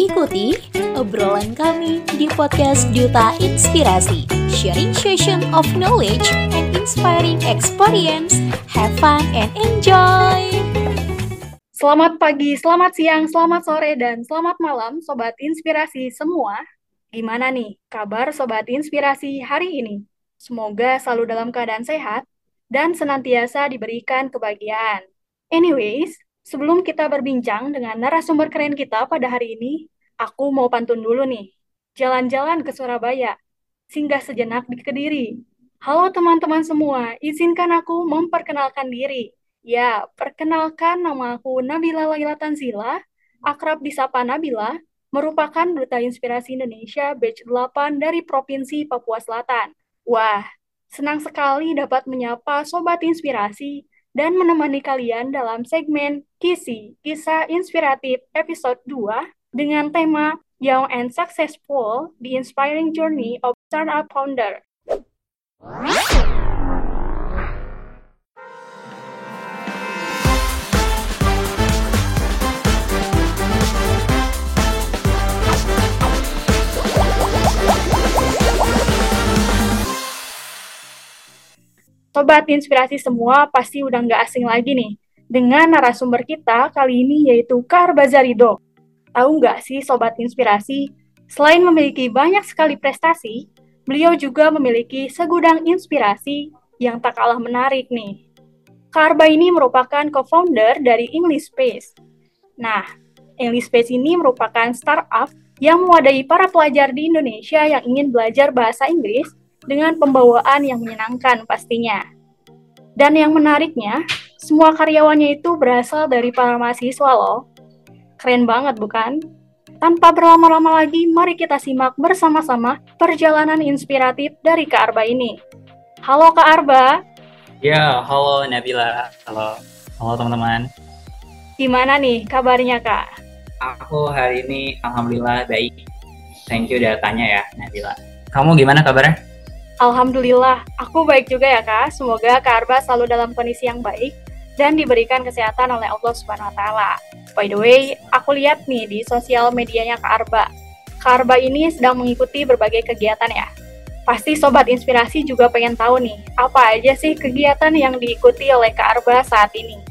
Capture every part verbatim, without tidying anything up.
Ikuti obrolan kami di podcast Duta Inspirasi, sharing session of knowledge and inspiring experience. Have fun and enjoy! Selamat pagi, selamat siang, selamat sore, dan selamat malam Sobat Inspirasi semua. Gimana nih kabar Sobat Inspirasi hari ini? Semoga selalu dalam keadaan sehat dan senantiasa diberikan kebahagiaan. Anyways, sebelum kita berbincang dengan narasumber keren kita pada hari ini, aku mau pantun dulu nih. Jalan-jalan ke Surabaya, singgah sejenak di Kediri. Halo teman-teman semua, izinkan aku memperkenalkan diri. Ya, perkenalkan nama aku Nabila Laila Tanzila, akrab disapa Nabila, merupakan Duta Inspirasi Indonesia Batch delapan dari Provinsi Papua Selatan. Wah, senang sekali dapat menyapa Sobat Inspirasi dan menemani kalian dalam segmen Kisi, Kisah Inspiratif episode dua dengan tema Young and Successful, The Inspiring Journey of Startup Founder. Sobat Inspirasi semua pasti udah nggak asing lagi nih dengan narasumber kita kali ini yaitu Kak Arba Zarido. Tahu nggak sih Sobat Inspirasi, selain memiliki banyak sekali prestasi, beliau juga memiliki segudang inspirasi yang tak kalah menarik nih. Kak Arba ini merupakan co-founder dari English Space. Nah, English Space ini merupakan startup yang mewadahi para pelajar di Indonesia yang ingin belajar bahasa Inggris dengan pembawaan yang menyenangkan pastinya. Dan yang menariknya, semua karyawannya itu berasal dari para mahasiswa loh. Keren banget bukan? Tanpa berlama-lama lagi, mari kita simak bersama-sama perjalanan inspiratif dari Kak Arba ini. Halo Kak Arba. Ya, halo Nabila. Halo, halo teman-teman. Gimana nih kabarnya Kak? Aku hari ini alhamdulillah baik. Thank you udah tanya ya Nabila. Kamu gimana kabarnya? Alhamdulillah, aku baik juga ya Kak. Semoga Kak Arba selalu dalam kondisi yang baik dan diberikan kesehatan oleh Allah Subhanahu wa taala. By the way, aku lihat nih di sosial medianya Kak Arba. Kak Arba ini sedang mengikuti berbagai kegiatan ya. Pasti Sobat Inspirasi juga pengen tahu nih, apa aja sih kegiatan yang diikuti oleh Kak Arba saat ini?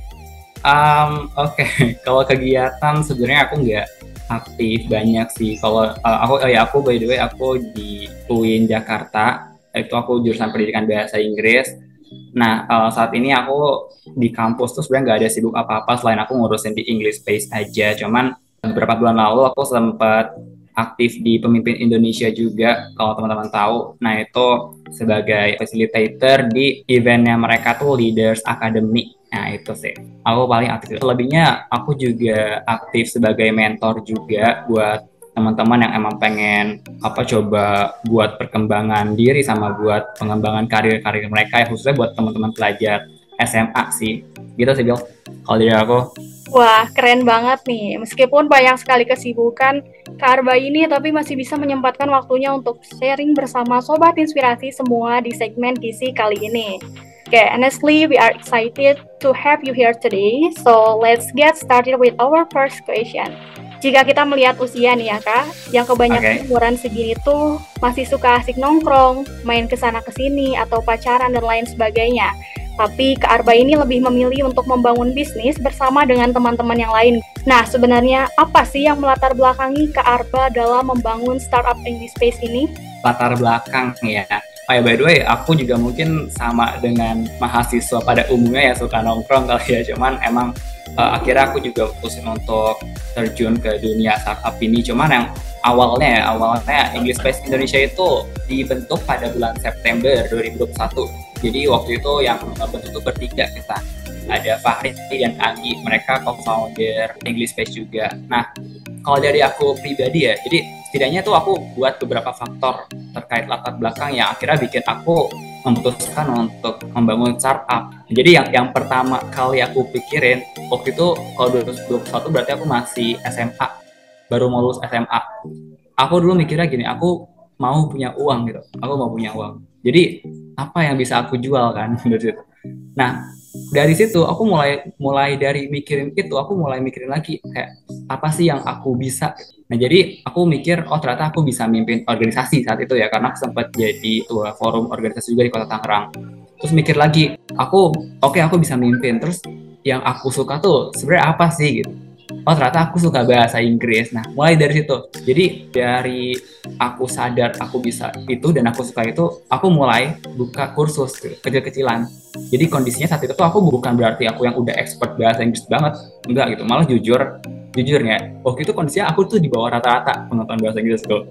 Um, Oke, okay. Kalau kegiatan sebenarnya aku nggak aktif banyak sih. Kalau uh, aku, oh ya aku by the way aku di U I N Jakarta. Itu aku jurusan pendidikan bahasa Inggris. Nah, uh, saat ini aku di kampus tuh sebenarnya nggak ada sibuk apa-apa selain aku ngurusin di English Space aja. Cuman beberapa bulan lalu aku sempat aktif di Pemimpin Indonesia juga, kalau teman-teman tahu. Nah, itu sebagai facilitator di eventnya mereka tuh Leaders Academy. Nah, itu sih. Aku paling aktif. Lebihnya aku juga aktif sebagai mentor juga buat teman-teman yang emang pengen apa coba buat perkembangan diri sama buat pengembangan karir-karir mereka ya, khususnya buat teman-teman pelajar S M A sih. Gitu sih Bill, kalau dari aku. Wah, keren banget nih. Meskipun banyak sekali kesibukan Kak Arba ini, tapi masih bisa menyempatkan waktunya untuk sharing bersama Sobat Inspirasi semua di segmen Kisi kali ini. Oke, okay, honestly, we are excited to have you here today. So, let's get started with our first question. Jika kita melihat usia nih ya Kak, yang kebanyakan okay. umuran segini tuh masih suka asik nongkrong, main kesana kesini, atau pacaran dan lain sebagainya. Tapi Kak Arba ini lebih memilih untuk membangun bisnis bersama dengan teman-teman yang lain. Nah, sebenarnya apa sih yang melatar belakangi Kak Arba dalam membangun startup English Space ini? Latar belakang ya. Oh ya, by the way, aku juga mungkin sama dengan mahasiswa pada umumnya ya suka nongkrong kali ya. Cuman emang uh, akhirnya aku juga putusin untuk terjun ke dunia startup ini. Cuman yang awalnya awalnya English Space Indonesia itu dibentuk pada bulan September dua ribu dua puluh satu. Jadi waktu itu yang bentuk itu bertiga kita. Ada Fahri dan Anggi, mereka co-founder English Space juga. Nah, kalau dari aku pribadi ya, jadi setidaknya tuh aku buat beberapa faktor terkait latar belakang yang akhirnya bikin aku memutuskan untuk membangun startup. Jadi yang yang pertama kali aku pikirin waktu itu kalau dua ribu dua puluh satu berarti aku masih S M A, baru mau lulus S M A. Aku dulu mikirnya gini, aku mau punya uang gitu, aku mau punya uang. Jadi apa yang bisa aku jual kan dari situ. Nah, dari situ aku mulai mulai dari mikirin itu, aku mulai mikirin lagi kayak apa sih yang aku bisa. Nah jadi aku mikir, oh ternyata aku bisa mimpin organisasi saat itu ya, karena sempat jadi ketua forum organisasi juga di Kota Tangerang. Terus mikir lagi, aku oke okay, aku bisa mimpin. Terus yang aku suka tuh sebenarnya apa sih gitu. Oh ternyata aku suka bahasa Inggris. Nah mulai dari situ. Jadi dari aku sadar aku bisa itu dan aku suka itu, aku mulai buka kursus gitu, kecil-kecilan. Jadi kondisinya saat itu tuh aku bukan berarti aku yang udah expert bahasa Inggris banget, enggak gitu. Malah jujur, jujur ya, waktu itu kondisinya aku tuh di bawah rata-rata penonton bahasa Inggris tuh.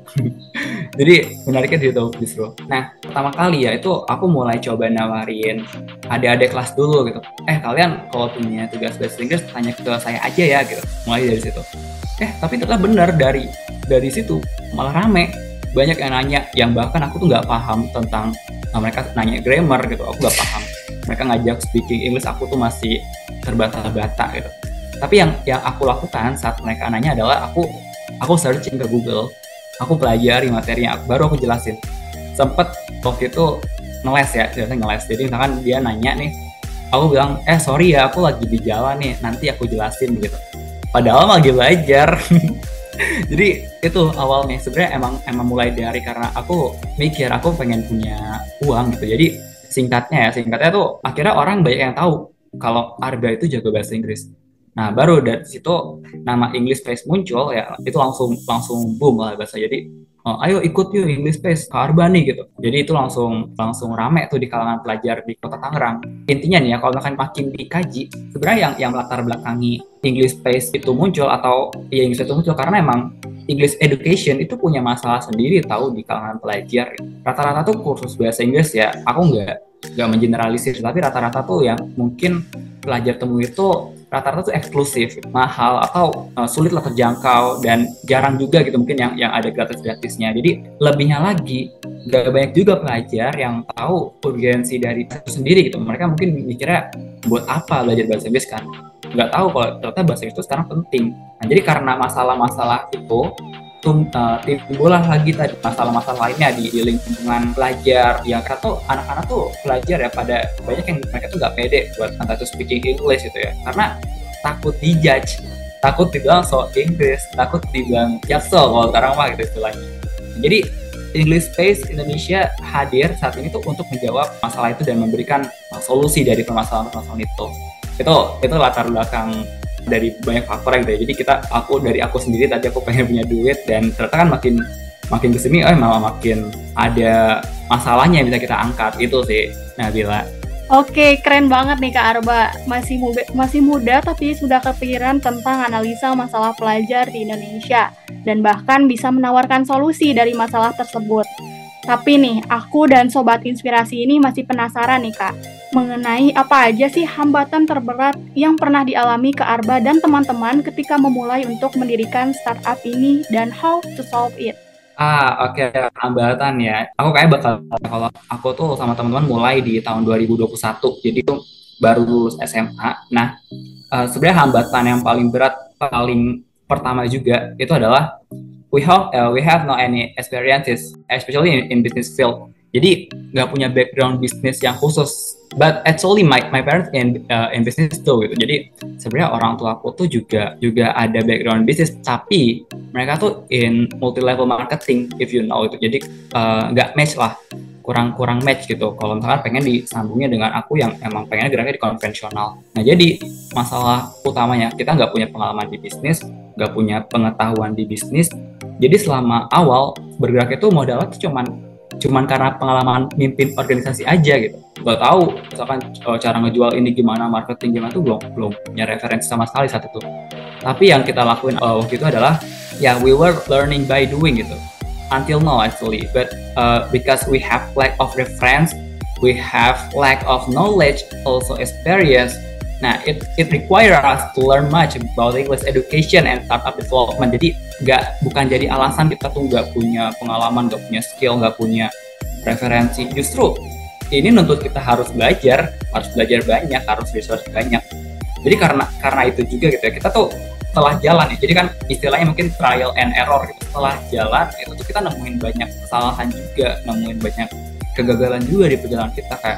Jadi menariknya di situ justru. Nah pertama kali ya itu aku mulai coba nawarin adik-adik kelas dulu gitu. Eh kalian kalau punya tugas bahasa Inggris tanya ke saya aja ya gitu. Mulai dari situ. Eh tapi ternyata benar, dari dari situ malah rame. Banyak yang nanya, yang bahkan aku tuh nggak paham tentang, nah, mereka nanya grammar gitu, aku nggak paham. Mereka ngajak speaking English, aku tuh masih terbata-bata gitu. Tapi yang yang aku lakukan saat mereka nanya adalah aku aku searching ke Google, aku pelajari materinya, baru aku jelasin. Sempet waktu itu ngeles ya, biasanya ngeles. Jadi misalkan dia nanya nih, aku bilang, eh sorry ya, aku lagi di jalan nih, nanti aku jelasin gitu. Padahal lagi belajar. Jadi itu awalnya sebenarnya emang emang mulai dari karena aku mikir aku pengen punya uang gitu. Jadi singkatnya ya, singkatnya tuh akhirnya orang banyak yang tahu kalau Arba itu jago bahasa Inggris. Nah baru dari situ nama English Space muncul ya, itu langsung langsung boom lah bahasa. Jadi oh, ayo ikut yuk English Space ke Arba nih gitu. Jadi itu langsung langsung rame tuh di kalangan pelajar di Kota Tangerang. Intinya nih ya, kalau misalkan makin dikaji, sebenarnya yang yang latar belakangi English Space itu muncul atau ya English Space itu muncul karena emang English education itu punya masalah sendiri tahu di kalangan pelajar. Rata-rata tuh kursus bahasa Inggris ya, aku nggak nggak mengeneralisir, tapi rata-rata tuh yang mungkin pelajar temui itu rata-rata tuh eksklusif, mahal atau uh, sulit lah terjangkau dan jarang juga gitu mungkin yang yang ada gratis-gratisnya. Jadi lebihnya lagi nggak banyak juga pelajar yang tahu urgensi dari itu sendiri gitu. Mereka mungkin mikirnya buat apa belajar bahasa Inggris kan? Nggak tahu kalau ternyata bahasa Inggris itu sekarang penting. Nah jadi karena masalah-masalah itu tuh uh, timbullah lagi tadi masalah-masalah lainnya di, di lingkungan pelajar yang karena tuh anak-anak tuh pelajar ya pada banyak yang mereka tuh nggak pede buat entah itu speaking English gitu ya, karena takut dijudge, takut dibilang so Inggris, takut dibilang jaksel kalau sekarang mah gitu istilahnya. Jadi English Space Indonesia hadir saat ini tuh untuk menjawab masalah itu dan memberikan solusi dari permasalahan-permasalahan itu. Itu itu latar belakang dari banyak faktor gitu ya. Jadi kita aku dari aku sendiri tadi aku pengen punya duit dan ternyata kan makin makin kesini eh malah makin ada masalahnya yang bisa kita angkat itu sih Nabila. Oke, keren banget nih Kak Arba. Masih muda, masih muda tapi sudah kepikiran tentang analisa masalah pelajar di Indonesia dan bahkan bisa menawarkan solusi dari masalah tersebut. Tapi nih, aku dan Sobat Inspirasi ini masih penasaran nih Kak, mengenai apa aja sih hambatan terberat yang pernah dialami Kak Arba dan teman-teman ketika memulai untuk mendirikan startup ini dan how to solve it. Ah, oke, okay. Hambatan ya. Aku kayak bakal, kalau aku tuh sama teman-teman mulai di tahun dua ribu dua puluh satu, jadi itu baru lulus S M A. Nah, uh, sebenarnya hambatan yang paling berat, paling pertama juga, itu adalah we have, uh, we have no any experiences, especially in, in business field. Jadi, nggak punya background bisnis yang khusus. But actually my my parents in uh, in business too gitu. Jadi sebenarnya orang tua aku tuh juga juga ada background bisnis, tapi mereka tuh in multi level marketing if you know itu. Jadi nggak uh, match lah, kurang kurang match gitu. Kalau misalkan pengen disambungnya dengan aku yang emang pengennya geraknya di konvensional. Nah jadi masalah utamanya kita nggak punya pengalaman di bisnis, nggak punya pengetahuan di bisnis. Jadi selama awal bergerak itu modalnya tuh cuman cuman karena pengalaman mimpin organisasi aja gitu. Gak tahu misalkan uh, cara ngejual ini gimana, marketing gimana tuh belum belum punya referensi sama sekali saat itu. Tapi yang kita lakuin uh, waktu itu adalah ya yeah, we were learning by doing gitu. Until now actually, but uh, because we have lack of reference, we have lack of knowledge, also experience. Nah, it it require us to learn much about English education and startup development. Jadi nggak bukan jadi alasan kita tuh nggak punya pengalaman, nggak punya skill, nggak punya referensi. Justru ini nuntut kita harus belajar, harus belajar banyak, harus research banyak. Jadi karena karena itu juga gitu ya, kita tuh setelah jalan ya. Jadi kan istilahnya mungkin trial and error gitu. Setelah jalan itu tuh kita nemuin banyak kesalahan juga, nemuin banyak kegagalan juga di perjalanan kita kayak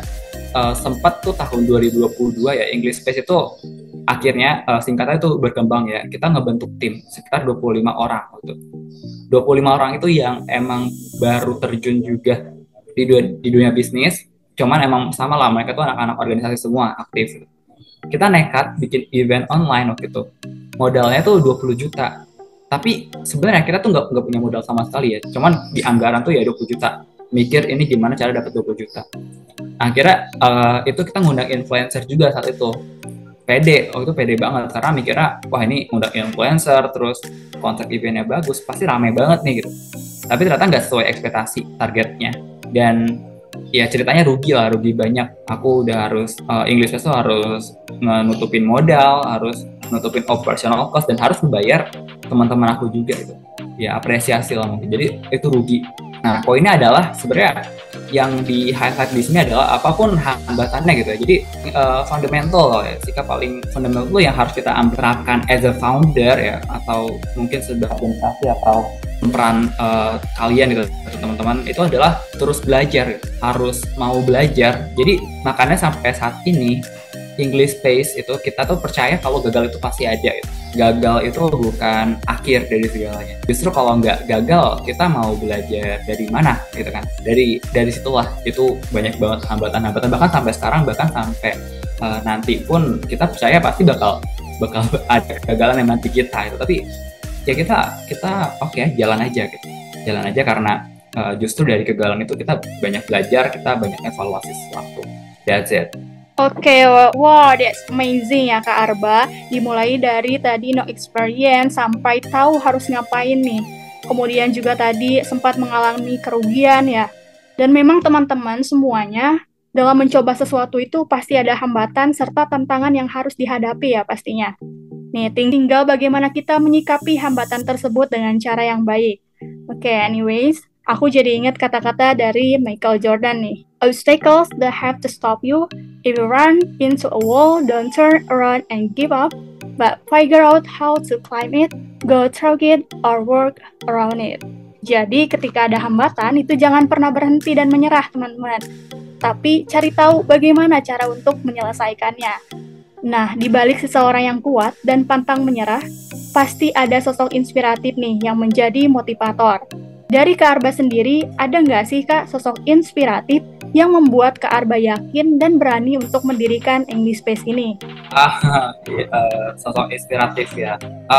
uh, sempat tuh tahun dua ribu dua puluh dua ya, English Space itu akhirnya uh, singkatnya itu berkembang ya. Kita ngebentuk tim sekitar dua puluh lima orang gitu. dua puluh lima orang itu yang emang baru terjun juga di dunia, di dunia bisnis. Cuman emang sama lah, mereka tuh anak-anak organisasi semua aktif. Kita nekat bikin event online waktu itu. Modalnya tuh dua puluh juta. Tapi sebenarnya kita tuh nggak nggak punya modal sama sekali ya. Cuman di anggaran tuh ya dua puluh juta. Mikir ini gimana cara dapat dua puluh juta. Akhirnya uh, itu kita ngundang influencer juga saat itu. Pede, waktu itu pede banget karena mikirnya wah ini ngundang influencer terus konsep eventnya bagus, pasti rame banget nih gitu. Tapi ternyata nggak sesuai ekspektasi targetnya dan ya ceritanya rugi lah, rugi banyak. Aku udah harus uh, English Fest tuh harus nutupin modal, harus nutupin operational cost dan harus membayar teman-teman aku juga gitu. Ya apresiasi lah mungkin. Jadi itu rugi. Nah poinnya adalah sebenarnya yang di highlight di sini adalah apapun hambatannya gitu ya. Jadi uh, fundamental loh ya, sikap paling fundamental yang harus kita terapkan as a founder ya, atau mungkin sebuah organisasi atau peran uh, kalian gitu teman-teman, itu adalah terus belajar, harus mau belajar. Jadi makanya sampai saat ini English Space itu kita tuh percaya kalau gagal itu pasti ada gitu. Gagal itu bukan akhir dari segalanya. Justru kalau nggak gagal, kita mau belajar dari mana gitu kan. Dari dari situlah itu banyak banget hambatan-hambatan, bahkan sampai sekarang, bahkan sampai uh, nanti pun kita percaya pasti bakal bakal ada kegagalan yang nanti kita itu. Tapi ya kita kita oke okay, jalan aja gitu. Jalan aja karena uh, justru dari kegagalan itu kita banyak belajar, kita banyak evaluasi sesuatu. That's it. Oke, okay, wow, that's amazing ya Kak Arba. Dimulai dari tadi no experience sampai tahu harus ngapain nih. Kemudian juga tadi sempat mengalami kerugian ya. Dan memang teman-teman semuanya dalam mencoba sesuatu itu pasti ada hambatan serta tantangan yang harus dihadapi ya pastinya. Nih, tinggal bagaimana kita menyikapi hambatan tersebut dengan cara yang baik. Oke, okay, anyways, aku jadi ingat kata-kata dari Michael Jordan nih. Obstacles that have to stop you. If you run into a wall, don't turn around and give up, but figure out how to climb it, go through it, or work around it. Jadi ketika ada hambatan, itu jangan pernah berhenti dan menyerah teman-teman. Tapi cari tahu bagaimana cara untuk menyelesaikannya. Nah, di balik seseorang yang kuat dan pantang menyerah, pasti ada sosok inspiratif nih yang menjadi motivator. Dari Kak Arba sendiri, ada nggak sih Kak sosok inspiratif yang membuat Kak Arba yakin dan berani untuk mendirikan English Space ini? Ah, uh, sosok inspiratif ya.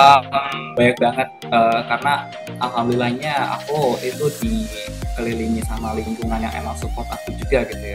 Um, banyak banget uh, karena alhamdulillahnya aku itu dikelilingi sama lingkungan yang emang support aku juga gitu ya.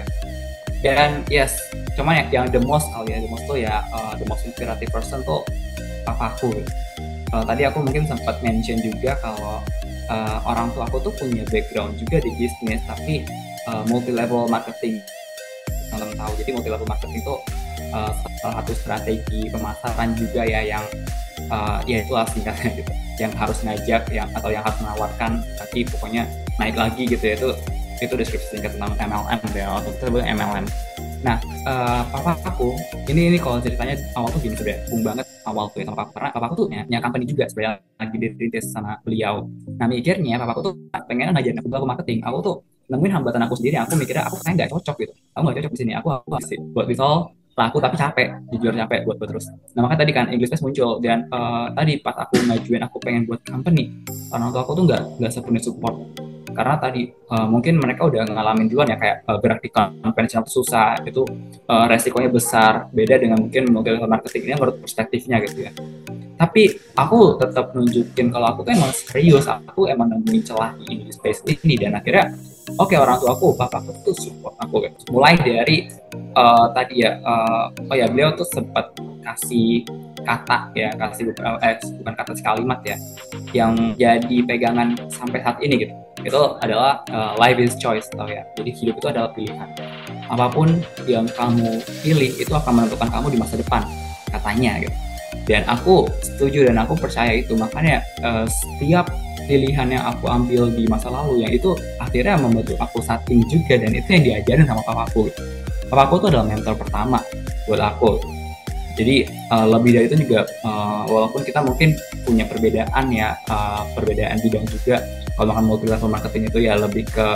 Dan yes, cuma yang, yang the most kali ya, the most tuh ya uh, the most inspirative person tuh papaku. Gitu. Uh, tadi aku mungkin sempat mention juga kalau uh, orang tua aku tuh punya background juga di bisnis, tapi uh, multi level marketing. Teman-teman tahu, jadi multi level marketing itu uh, salah satu strategi pemasaran juga ya yang uh, ya itulah singkatnya gitu, yang harus ngajak, yang atau yang harus menawarkan, tapi pokoknya naik lagi gitu ya, itu itu deskripsi singkat tentang M L M ya, atau kita sebut M L M. Nah, uh, papa aku ini ini kalau ceritanya awal tuh gini sebenarnya, bung banget awal tuh ya sama papa, karena papa aku tuh punya company juga sebenarnya lagi dirintis sama beliau. Nah mikirnya papa aku tuh pengen ngajarin aku belaku marketing, aku tuh nemuin hambatan aku sendiri, aku mikirnya aku kayak nggak cocok gitu, aku nggak cocok di sini, aku aku sih buat visual laku tapi capek, jujur capek buat buat terus. Nah makanya tadi kan English Space muncul, dan uh, tadi pas aku ngajuin aku pengen buat company, orang tua aku tuh nggak nggak sepenuhnya support. Karena tadi uh, mungkin mereka udah ngalamin duluan ya, kayak uh, gerak di konvensional susah, itu uh, resikonya besar, beda dengan mungkin multi level marketing ini menurut perspektifnya gitu ya. Tapi aku tetap nunjukin kalau aku tuh emang serius, aku emang nemuin celah di English Space ini, dan akhirnya oke okay, orang tua aku, papa aku tuh support aku gitu. Mulai dari uh, tadi ya, uh, oh ya beliau tuh sempat kasih kata ya, kasih beberapa, eh, bukan kata sekalimat ya, yang jadi pegangan sampai saat ini gitu. Itu adalah uh, life is choice, tau ya. Jadi hidup itu adalah pilihan. Apapun yang kamu pilih itu akan menentukan kamu di masa depan, katanya gitu. Dan aku setuju dan aku percaya itu. Makanya uh, setiap pilihan yang aku ambil di masa lalu yang itu akhirnya membentuk aku saat ini juga, dan itu yang diajarin sama papaku. Papaku tuh adalah mentor pertama buat aku. Jadi uh, lebih dari itu juga, uh, walaupun kita mungkin punya perbedaan ya, uh, perbedaan bidang juga. Kalau makan multi level marketing itu ya lebih ke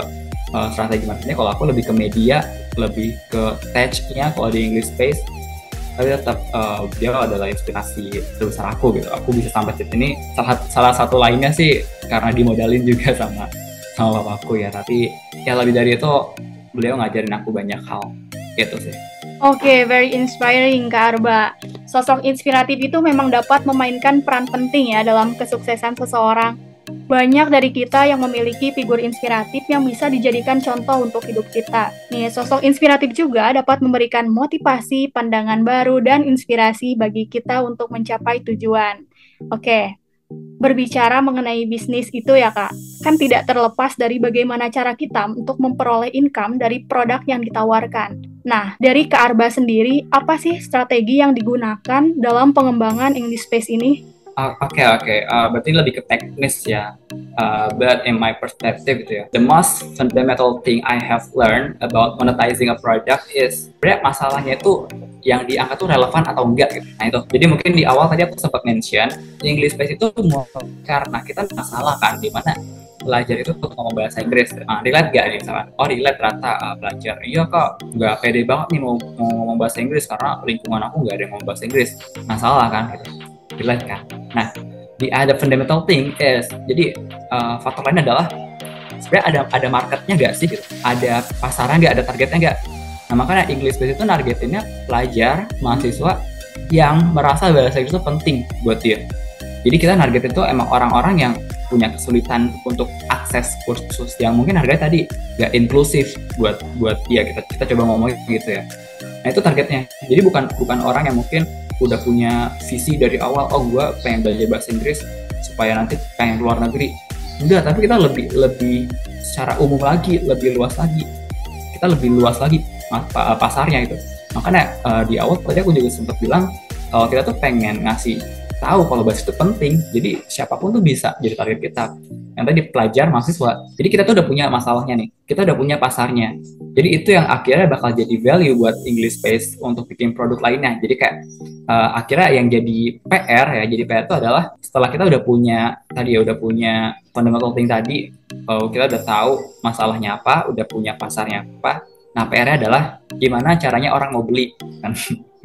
uh, strategi marketingnya. Kalau aku lebih ke media, lebih ke tech-nya kalau di English Space, tapi tetap uh, dia adalah inspirasi terbesar aku gitu. Aku bisa sampai di sini salah, salah satu lainnya sih karena dimodalin juga sama sama bapakku ya. Tapi ya lebih dari itu beliau ngajarin aku banyak hal gitu sih. Oke, okay, very inspiring Kak Arba. Sosok inspiratif itu memang dapat memainkan peran penting ya dalam kesuksesan seseorang. Banyak dari kita yang memiliki figur inspiratif yang bisa dijadikan contoh untuk hidup kita. Nih, sosok inspiratif juga dapat memberikan motivasi, pandangan baru, dan inspirasi bagi kita untuk mencapai tujuan. Oke, berbicara mengenai bisnis itu ya Kak, kan tidak terlepas dari bagaimana cara kita untuk memperoleh income dari produk yang ditawarkan. Nah, dari Kak Arba sendiri, apa sih strategi yang digunakan dalam pengembangan English Space ini? Oke uh, oke, okay, okay. uh, berarti lebih ke teknis ya. Uh, but in my perspective gitu ya, the most fundamental thing I have learned about monetizing a product is sebenarnya masalahnya itu yang diangkat tuh relevan atau enggak gitu. Nah itu, jadi mungkin di awal tadi aku sempat mention English Space itu karena kita masalah kan, di mana belajar itu untuk ngomong bahasa Inggris. Nah, relate gak nih misalkan? Oh relate ternyata uh, belajar. Iya kok, nggak pede banget nih mau, mau ngomong bahasa Inggris karena lingkungan aku nggak ada yang ngomong bahasa Inggris. Masalah kan gitu. Relate kan? Nah, the other fundamental thing is, jadi uh, faktor lain adalah sebenarnya ada ada marketnya nggak sih gitu? Ada pasarnya nggak? Ada targetnya nggak? Nah makanya English Space itu nargetinnya pelajar, mahasiswa yang merasa bahasa Inggris itu penting buat dia. Jadi kita nargetin itu emang orang-orang yang punya kesulitan untuk akses kursus yang mungkin harganya tadi nggak inklusif buat buat dia. Kita kita coba ngomong gitu ya. Nah itu targetnya. Jadi bukan bukan orang yang mungkin udah punya visi dari awal, oh gue pengen belajar bahasa Inggris supaya nanti pengen keluar negeri. Enggak, tapi kita lebih lebih secara umum lagi, lebih luas lagi. Kita lebih luas lagi pasarnya itu. Makanya uh, di awal tadi aku juga sempat bilang kalau kita tuh pengen ngasih tahu kalau bahasa itu penting. Jadi siapapun tuh bisa jadi target kita. Yang tadi pelajar, mahasiswa. Jadi kita tuh udah punya masalahnya nih. Kita udah punya pasarnya. Jadi itu yang akhirnya bakal jadi value buat English Space untuk bikin produk lainnya. Jadi kayak uh, akhirnya yang jadi P R ya, jadi P R itu adalah setelah kita udah punya tadi ya udah punya fundamental thing tadi, uh, kita udah tahu masalahnya apa, udah punya pasarnya apa. Nah P R-nya adalah gimana caranya orang mau beli kan,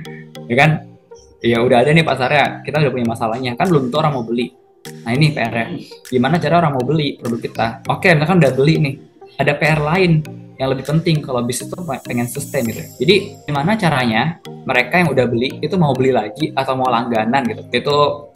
ya kan? Ya udah ada nih pasarnya, kita udah punya masalahnya, kan belum tentu orang mau beli. Nah ini P R-nya, gimana cara orang mau beli produk kita? Oke, misalkan udah beli nih, ada P R lain yang lebih penting kalau bisnis itu pengen sustain gitu. Jadi gimana caranya mereka yang udah beli itu mau beli lagi atau mau langganan gitu. Itu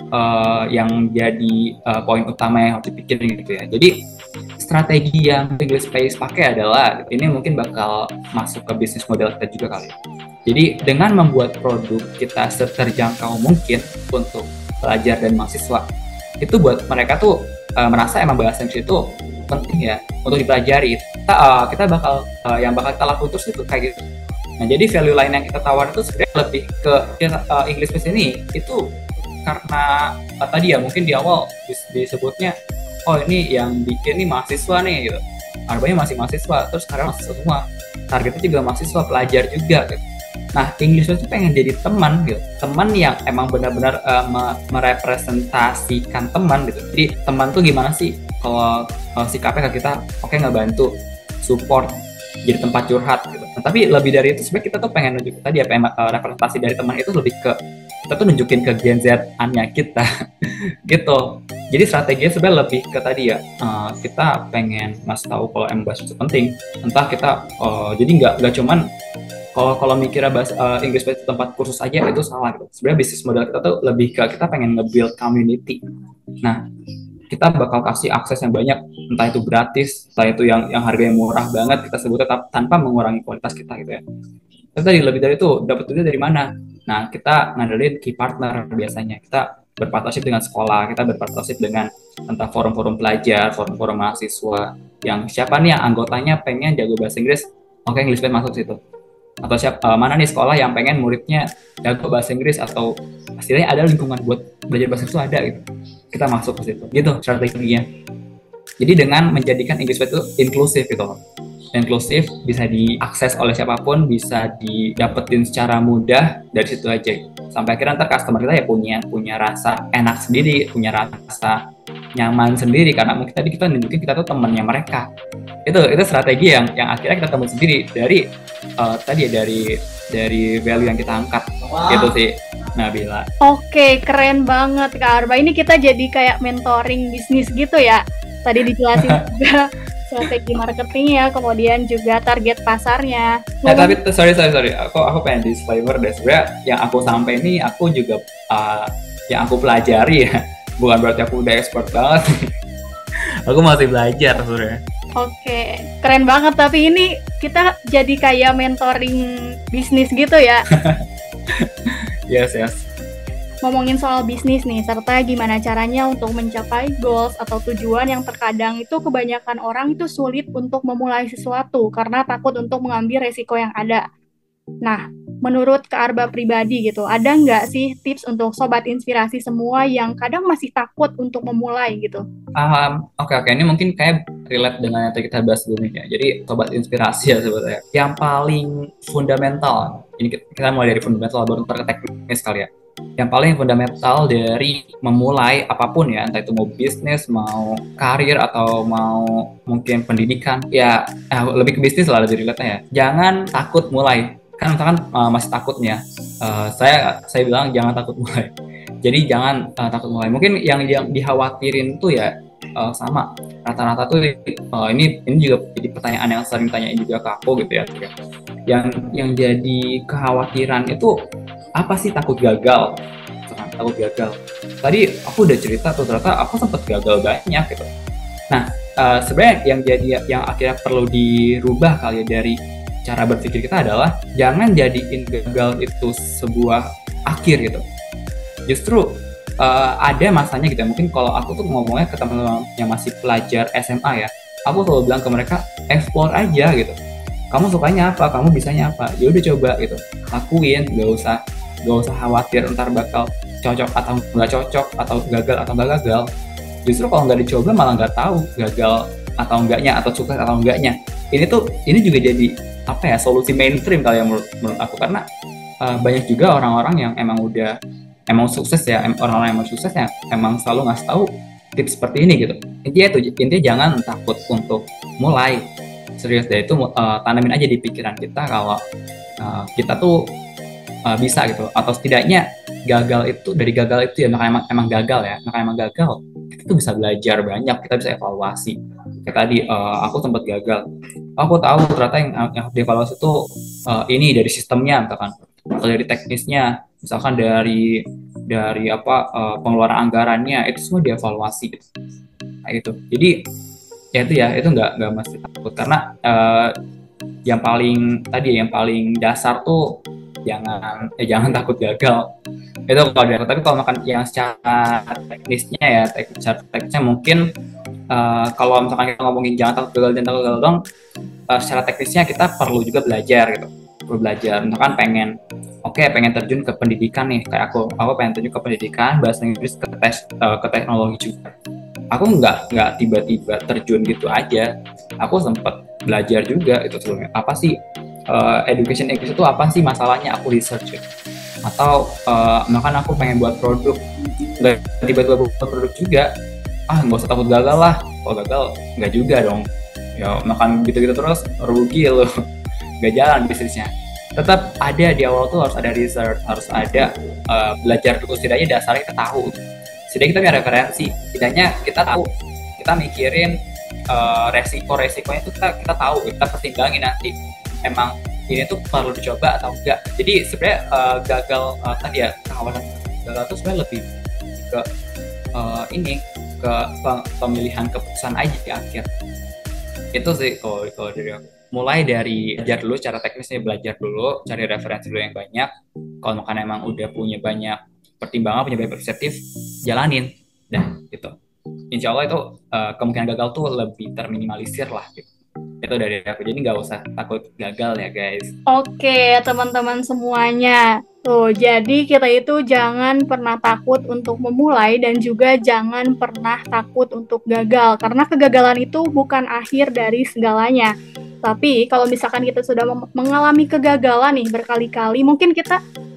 uh, yang jadi uh, poin utama yang harus dipikirin gitu ya. Jadi strategi yang English Space pakai adalah ini mungkin bakal masuk ke bisnis model kita juga kali. Jadi dengan membuat produk kita seterjangkau mungkin untuk pelajar dan mahasiswa, itu buat mereka tuh uh, merasa emang bahasa Inggris itu penting ya untuk dipelajari. Kita, uh, kita bakal uh, yang bakal kita lakukan terus itu kayak gitu. Nah jadi value lain yang kita tawar itu sebenarnya lebih ke uh, English Space ini itu karena uh, tadi ya mungkin di awal disebutnya oh ini yang bikin nih mahasiswa nih gitu. Arbanya masih mahasiswa, terus sekarang mahasiswa semua. Targetnya juga mahasiswa, pelajar juga gitu. Nah, English Space itu pengen jadi teman gitu. Teman yang emang benar-benar uh, me- merepresentasikan teman gitu. Jadi teman tuh gimana sih kalau uh, sikapnya ke kita oke okay, ngebantu, support, jadi tempat curhat gitu. Nah, tapi lebih dari itu sebenarnya kita tuh pengen nunjukin tadi apa uh, representasi dari teman itu lebih ke kita tuh nunjukin ke Gen Z-annya kita gitu. Jadi strateginya sebenarnya lebih ke tadi ya uh, kita pengen ngasih tahu kalau emang bahasa itu penting. Entah kita uh, jadi nggak nggak cuman kalau kalau mikirnya bahasa uh, English Space tempat kursus aja itu salah gitu. Sebenarnya bisnis model kita tuh lebih ke kita pengen nge-build community. Nah kita bakal kasih akses yang banyak, entah itu gratis, entah itu yang yang harganya murah banget kita sebutnya tanpa mengurangi kualitas kita gitu ya. Tapi tadi lebih dari itu dapat duitnya dari mana? Nah kita ngandelin key partner biasanya. Kita berpartnership dengan sekolah, kita berpartnership dengan entah forum-forum pelajar, forum-forum mahasiswa yang siapa nih yang anggotanya pengen jago bahasa Inggris, oke English Space masuk situ. Atau siapa uh, mana nih sekolah yang pengen muridnya jago bahasa Inggris atau hasilnya ada lingkungan buat belajar bahasa Inggris itu ada gitu. Kita masuk ke situ. Gitu strateginya. Jadi dengan menjadikan English Space itu inklusif gitu. Inklusif, bisa diakses oleh siapapun, bisa didapetin secara mudah dari situ aja. Sampai akhirnya ntar customer kita ya punya punya rasa enak sendiri, punya rasa nyaman sendiri karena mungkin tadi kita nunjukin kita tuh temannya mereka. Itu itu strategi yang yang akhirnya kita temuin sendiri dari uh, tadi ya dari dari value yang kita angkat. Wow. Gitu sih Nabila. Oke, keren banget Kak Arba. Ini kita jadi kayak mentoring bisnis gitu ya. Tadi dijelasin juga strategi marketingnya, kemudian juga target pasarnya. Eh tapi sorry sorry sorry, aku aku pengen disclaimer deh, sebenarnya yang aku sampai ini aku juga uh, yang aku pelajari ya, bukan berarti aku udah expert banget. Aku masih belajar sebenarnya. Oke, keren banget. Tapi ini kita jadi kayak mentoring bisnis gitu ya. Yes yes. Ngomongin soal bisnis nih, serta gimana caranya untuk mencapai goals atau tujuan yang terkadang itu kebanyakan orang itu sulit untuk memulai sesuatu karena takut untuk mengambil resiko yang ada. Nah, menurut Kak Arba pribadi gitu, ada nggak sih tips untuk sobat inspirasi semua yang kadang masih takut untuk memulai gitu? Um, Oke okay, oke, okay. Ini mungkin kayak relate dengan yang tadi kita bahas sebelumnya. Jadi sobat inspirasi ya sebetulnya. Yang paling fundamental, ini kita mulai dari fundamental baru ntar ke teknis kali ya. Yang paling fundamental dari memulai apapun ya, entah itu mau bisnis, mau karir, atau mau mungkin pendidikan, ya eh, lebih ke bisnis lah, lebih relate-nya ya. Jangan takut mulai. Kan misalkan uh, masih takut nih ya, uh, saya saya bilang jangan takut mulai. Jadi jangan uh, takut mulai. Mungkin yang yang dikhawatirin tuh ya uh, sama rata-rata tuh uh, ini ini juga jadi pertanyaan yang sering tanyain juga ke aku gitu ya. Yang yang jadi kekhawatiran itu apa sih? Takut gagal, takut gagal. Tadi aku udah cerita tuh, ternyata aku sempat gagal banyak gitu. Nah uh, sebenarnya yang jadi yang akhirnya perlu dirubah kali ya dari cara berpikir kita adalah jangan jadiin gagal itu sebuah akhir gitu. Justru uh, ada masanya gitu. Mungkin kalau aku tuh ngomongnya ke teman-teman yang masih pelajar S M A ya, aku selalu bilang ke mereka explore aja gitu. Kamu sukanya apa? Kamu bisanya apa? Ya udah coba gitu, lakuin. Gak usah gak usah khawatir ntar bakal cocok atau nggak cocok, atau gagal atau nggak gagal. Justru kalau nggak dicoba malah nggak tahu gagal atau enggaknya, atau sukses atau enggaknya. Ini tuh ini juga jadi apa ya, solusi mainstream kali ya menurut, menurut aku, karena uh, banyak juga orang-orang yang emang udah emang sukses ya, em, orang-orang yang emang sukses yang emang selalu ngasih tahu tips seperti ini gitu. Intinya itu, intinya jangan takut untuk mulai. Serius deh, itu uh, tanamin aja di pikiran kita kalau uh, kita tuh uh, bisa gitu, atau setidaknya gagal itu, dari gagal itu ya maka emang, emang gagal ya, maka emang gagal kita tuh bisa belajar banyak, kita bisa evaluasi. Kayak tadi uh, aku sempat gagal, aku tahu ternyata yang, yang dievaluasi itu uh, ini dari sistemnya misalkan, atau dari teknisnya, misalkan dari dari apa uh, pengeluaran anggarannya, itu semua dievaluasi gitu. Nah, itu jadi ya itu ya itu nggak nggak mesti takut, karena uh, yang paling tadi yang paling dasar tuh jangan eh, jangan takut gagal. Itu kalau dari, tapi kalau makan yang secara teknisnya ya, tek, secara teknisnya mungkin uh, kalau misalkan kita ngomongin jangan takut gagal dan takut gagal dong, uh, secara teknisnya kita perlu juga belajar gitu, perlu belajar. Misalkan pengen oke okay, pengen terjun ke pendidikan nih, kayak aku aku pengen terjun ke pendidikan bahasa Inggris, ke tes uh, ke teknologi juga. Aku nggak nggak tiba-tiba terjun gitu aja, aku sempat belajar juga itu sebelumnya, apa sih uh, education English itu apa sih masalahnya, aku research gitu. Atau uh, makan aku pengen buat produk, nggak tiba-tiba buat produk juga, ah nggak usah takut gagal lah, kalau gagal nggak juga dong ya, makan gitu-gitu terus rugi loh, nggak jalan bisnisnya. Tetap ada di awal tuh harus ada research, harus ada uh, belajar dulu, setidaknya dasarnya kita tahu, setidaknya kita punya referensi, setidaknya kita tahu, kita mikirin uh, resiko-resikonya itu kita kita tahu, kita pertimbangin nanti emang ini tuh perlu dicoba atau enggak. Jadi sebenarnya uh, gagal uh, tadi ya, kekhawatiran gagal itu sebenarnya lebih ke uh, ini ke pemilihan keputusan aja di akhir. Itu sih kalau kalau dari aku. Mulai dari belajar dulu secara teknisnya, belajar dulu, cari referensi dulu yang banyak. Kalau makan emang udah punya banyak pertimbangan, punya banyak perspektif, jalanin. Dan gitu. Insya Allah itu uh, kemungkinan gagal tuh lebih terminimalisir lah gitu. Itu dari aku, jadi nggak usah takut gagal ya guys. Oke teman-teman semuanya, tuh jadi kita itu jangan pernah takut untuk memulai, dan juga jangan pernah takut untuk gagal, karena kegagalan itu bukan akhir dari segalanya. Tapi kalau misalkan kita sudah mengalami kegagalan nih berkali-kali, mungkin kita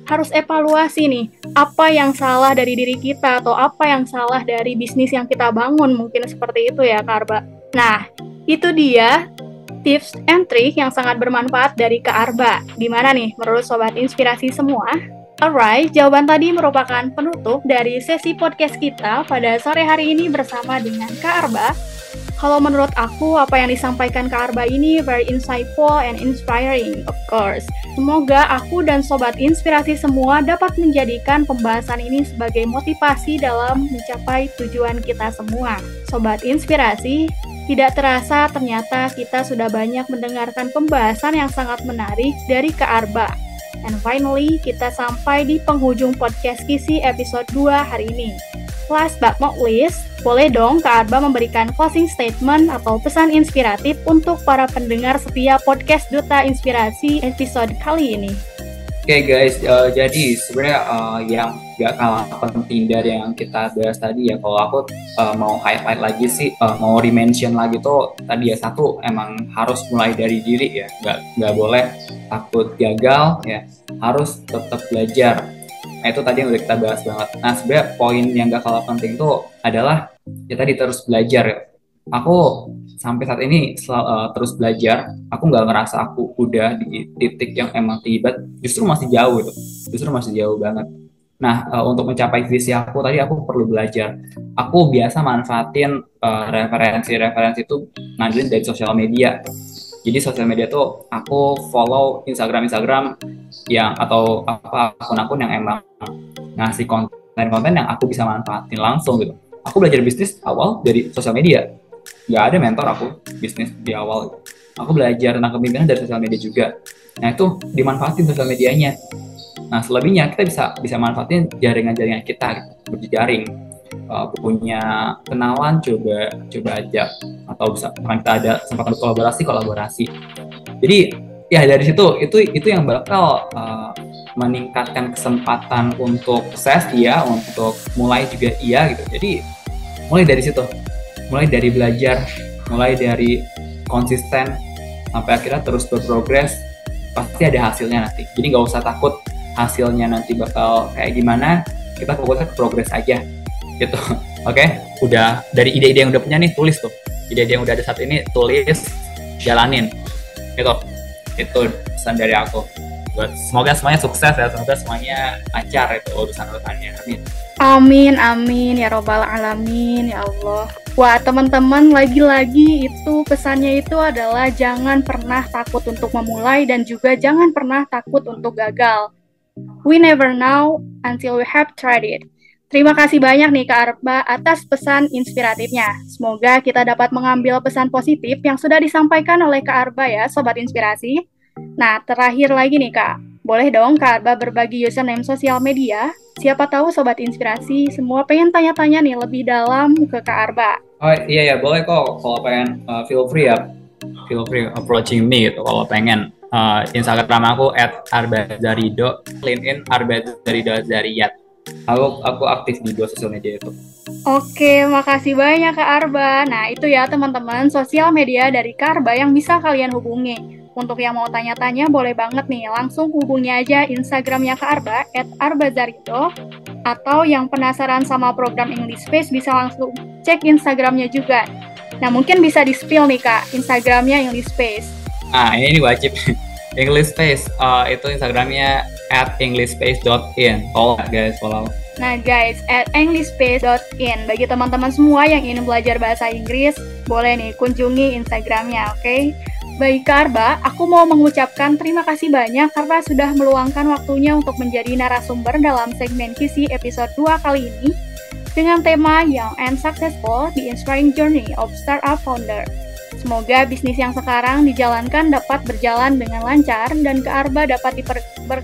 harus evaluasi nih, apa yang salah dari diri kita atau apa yang salah dari bisnis yang kita bangun, mungkin seperti itu ya Kak Arba. Nah, itu dia tips and trick yang sangat bermanfaat dari Kak Arba. Gimana nih menurut Sobat Inspirasi semua? Alright, jawaban tadi merupakan penutup dari sesi podcast kita pada sore hari ini bersama dengan Kak Arba. Kalau menurut aku, apa yang disampaikan Kak Arba ini very insightful and inspiring, of course. Semoga aku dan Sobat Inspirasi semua dapat menjadikan pembahasan ini sebagai motivasi dalam mencapai tujuan kita semua. Sobat Inspirasi, tidak terasa ternyata kita sudah banyak mendengarkan pembahasan yang sangat menarik dari Kak Arba. And finally, kita sampai di penghujung podcast Kisi episode dua hari ini. Last but not least, boleh dong Kak Arba memberikan closing statement atau pesan inspiratif untuk para pendengar setia podcast Duta Inspirasi episode kali ini. Oke okay guys, uh, jadi sebenarnya uh, yang gak kalah penting dari yang kita bahas tadi ya, kalau aku uh, mau highlight lagi sih, uh, mau re-mention lagi tuh tadi ya, satu emang harus mulai dari diri ya, gak, gak boleh takut gagal ya, harus tetap belajar. Nah itu tadi yang udah kita bahas banget. Nah sebenarnya poin yang gak kalah penting tuh adalah ya tadi terus belajar ya. Aku sampai saat ini sel- uh, terus belajar. Aku nggak ngerasa aku udah di titik yang emang tiba, justru masih jauh itu, justru masih jauh banget. Nah uh, untuk mencapai visi aku tadi aku perlu belajar. Aku biasa manfaatin uh, referensi-referensi itu ngandelin dari sosial media. Jadi sosial media tuh aku follow Instagram-Instagram yang atau apa akun-akun yang emang ngasih konten-konten yang aku bisa manfaatin langsung gitu. Aku belajar bisnis awal dari sosial media. Nggak ada mentor aku bisnis di awal. Aku belajar tentang kepemimpinan dari sosial media juga. Nah itu dimanfaatin sosial medianya. Nah selebihnya kita bisa bisa manfaatin jaringan-jaringan kita gitu, berjejaring. Uh, punya kenalan coba coba aja, atau bisa kita ada kesempatan kolaborasi kolaborasi. Jadi ya dari situ itu itu yang bakal uh, meningkatkan kesempatan untuk sukses iya, untuk mulai juga iya gitu. Jadi mulai dari situ. Mulai dari belajar, mulai dari konsisten, sampai akhirnya terus berprogres, pasti ada hasilnya nanti. Jadi nggak usah takut hasilnya nanti bakal kayak gimana, kita fokusnya ke progres aja, gitu. Oke, okay? Udah dari ide-ide yang udah punya nih, tulis tuh. Ide-ide yang udah ada saat ini, tulis, jalanin. Gitu, itu pesan dari aku. Buat semoga semuanya sukses ya, semoga semuanya lancar itu urusan-urusannya. Amin. Amin, amin, ya robbal alamin, ya Allah. Wah, teman-teman, lagi-lagi itu pesannya itu adalah jangan pernah takut untuk memulai dan juga jangan pernah takut untuk gagal. We never know until we have tried it. Terima kasih banyak nih Kak Arba atas pesan inspiratifnya. Semoga kita dapat mengambil pesan positif yang sudah disampaikan oleh Kak Arba ya, Sobat Inspirasi. Nah, terakhir lagi nih Kak, boleh dong Kak Arba berbagi username sosial media? Siapa tahu Sobat Inspirasi semua pengen tanya-tanya nih lebih dalam ke Kak Arba. Oh iya ya, boleh kok. Kalau pengen uh, feel free ya, feel free approaching me gitu. Kalau pengen uh, Instagram aku at arbazarido, LinkedIn arbazarido zariyat. Aku aku aktif di dua sosial media itu. Oke, makasih banyak Kak Arba. Nah, itu ya teman-teman sosial media dari Kak Arba yang bisa kalian hubungi. Untuk yang mau tanya-tanya boleh banget nih, langsung hubungi aja Instagramnya Kak Arba at arbazarido. Atau yang penasaran sama program English Space bisa langsung cek Instagramnya juga. Nah, mungkin bisa di-spill nih Kak, Instagramnya English Space. Ah, ini wajib. English Space, uh, itu Instagramnya at englishspace dot in. Follow guys, follow. Nah guys, at englishspace dot in. Bagi teman-teman semua yang ingin belajar bahasa Inggris, boleh nih kunjungi Instagramnya, oke? Okay? Baik Kak Arba, aku mau mengucapkan terima kasih banyak karena sudah meluangkan waktunya untuk menjadi narasumber dalam segmen Kisi episode dua kali ini dengan tema Young and Successful, The Inspiring Journey of Startup Founder. Semoga bisnis yang sekarang dijalankan dapat berjalan dengan lancar dan Kak Arba dapat diper... Ber...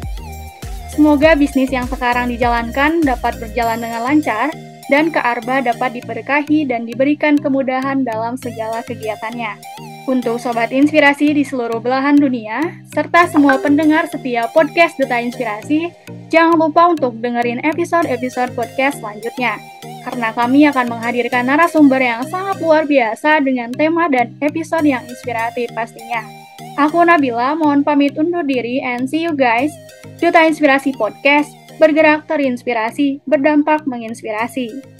Semoga bisnis yang sekarang dijalankan dapat berjalan dengan lancar dan Kak Arba dapat diberkahi dan diberikan kemudahan dalam segala kegiatannya. Untuk Sobat Inspirasi di seluruh belahan dunia, serta semua pendengar setia podcast Duta Inspirasi, jangan lupa untuk dengerin episode-episode podcast selanjutnya. Karena kami akan menghadirkan narasumber yang sangat luar biasa dengan tema dan episode yang inspiratif pastinya. Aku Nabila, mohon pamit undur diri and see you guys. Duta Inspirasi Podcast, bergerak terinspirasi, berdampak menginspirasi.